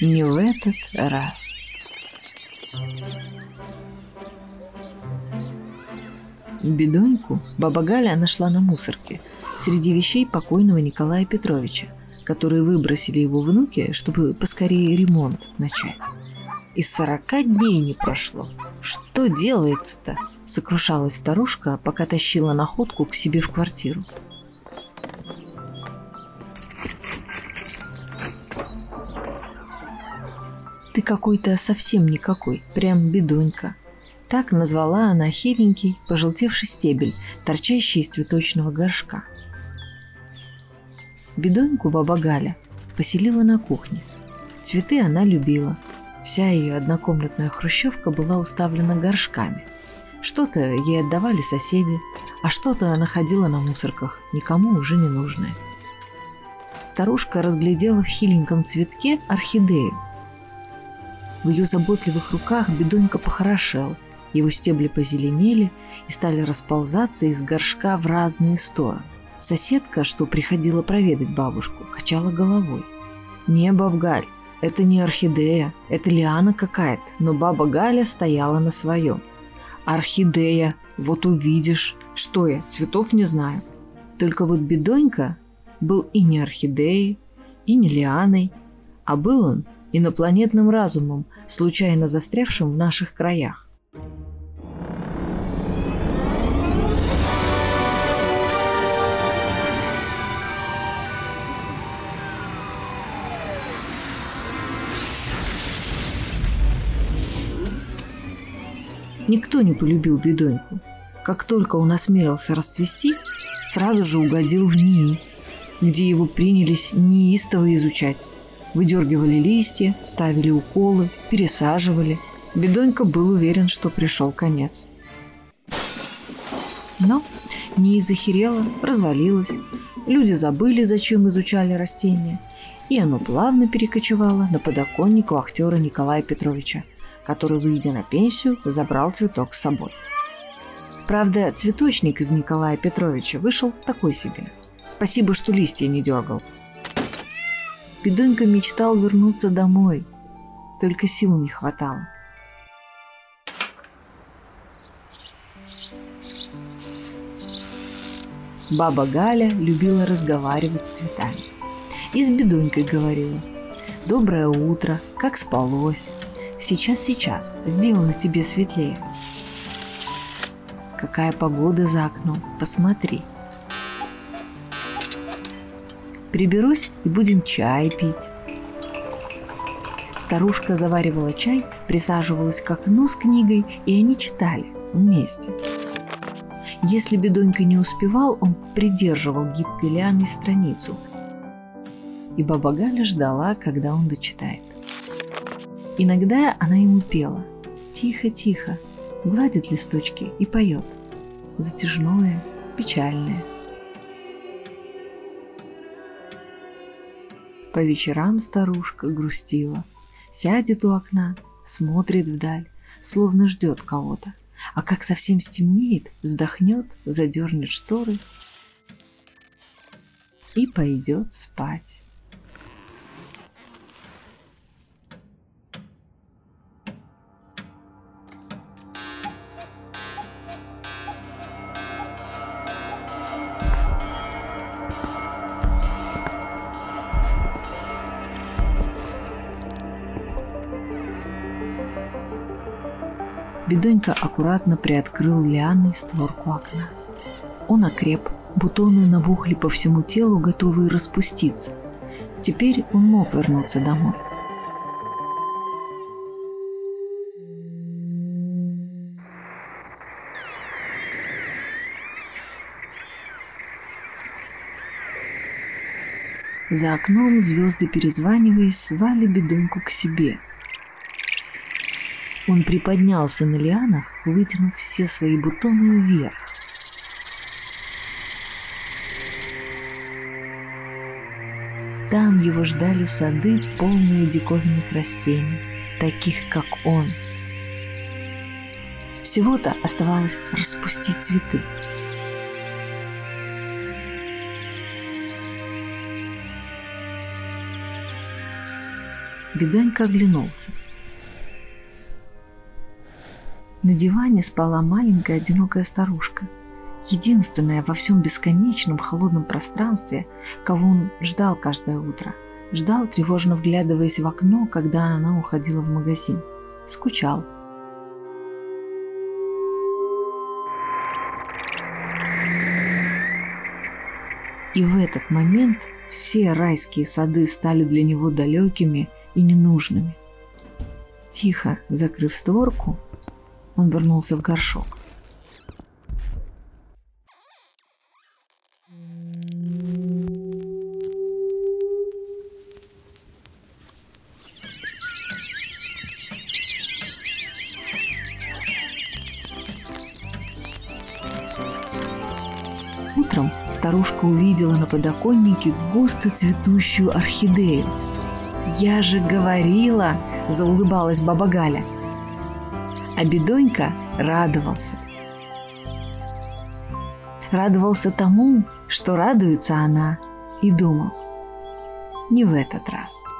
Не в этот раз. Бедоньку баба Галя нашла на мусорке среди вещей покойного Николая Петровича, которые выбросили его внуки, чтобы поскорее ремонт начать. И 40 дней не прошло. Что делается-то? Сокрушалась старушка, пока тащила находку к себе в квартиру. Ты какой-то совсем никакой, прям бедонька. Так назвала она хиленький, пожелтевший стебель, торчащий из цветочного горшка. Бедоньку баба Галя поселила на кухне. Цветы она любила. Вся ее однокомнатная хрущевка была уставлена горшками. Что-то ей отдавали соседи, а что-то она ходила на мусорках, никому уже не нужное. Старушка разглядела в хиленьком цветке орхидею. В ее заботливых руках бедонька похорошел, его стебли позеленели и стали расползаться из горшка в разные стороны. Соседка, что приходила проведать бабушку, качала головой. «Не, баб Галь, это не орхидея, это лиана какая-то». Но баба Галя стояла на своем. «Орхидея, вот увидишь. Что я, цветов не знаю». Только вот бедонька был и не орхидеей, и не лианой, а был он инопланетным разумом, случайно застрявшим в наших краях. Никто не полюбил бедоньку. Как только он осмелился расцвести, сразу же угодил в НИИ, где его принялись неистово изучать. Выдергивали листья, ставили уколы, пересаживали. Бедонька был уверен, что пришел конец. Но НИИ захерело, развалилось. Люди забыли, зачем изучали растения, и оно плавно перекочевало на подоконник вахтера Николая Петровича, который, выйдя на пенсию, забрал цветок с собой. Правда, цветочник из Николая Петровича вышел такой себе. Спасибо, что листья не дергал. Бедонька мечтал вернуться домой, только сил не хватало. Баба Галя любила разговаривать с цветами. И с бедонькой говорила: «Доброе утро, как спалось? Сейчас, сделаю тебе светлее. Какая погода за окном, посмотри. Приберусь и будем чай пить». Старушка заваривала чай, присаживалась к окну с книгой, и они читали вместе. Если бедонька не успевал, он придерживал гибкой лианой страницу, и баба Галя ждала, когда он дочитает. Иногда она ему пела тихо-тихо, гладит листочки и поет затяжное, печальное. По вечерам старушка грустила, сядет у окна, смотрит вдаль, словно ждет кого-то, а как совсем стемнеет, вздохнет, задернет шторы и пойдет спать. Бедонька аккуратно приоткрыл лианой створку окна. Он окреп, бутоны набухли по всему телу, готовые распуститься. Теперь он мог вернуться домой. За окном звезды, перезваниваясь, звали бедоньку к себе. Он приподнялся на лианах, вытянув все свои бутоны вверх. Там его ждали сады, полные диковинных растений, таких как он. Всего-то оставалось распустить цветы. Бедонька оглянулся. На диване спала маленькая одинокая старушка, единственная во всем бесконечном холодном пространстве, кого он ждал каждое утро. Ждал, тревожно вглядываясь в окно, когда она уходила в магазин. Скучал. И в этот момент все райские сады стали для него далекими и ненужными. Тихо закрыв створку, он вернулся в горшок. Утром старушка увидела на подоконнике густо цветущую орхидею. «Я же говорила!» – заулыбалась баба Галя. А Бедонька радовался. Радовался тому, что радуется она, и думал: не в этот раз.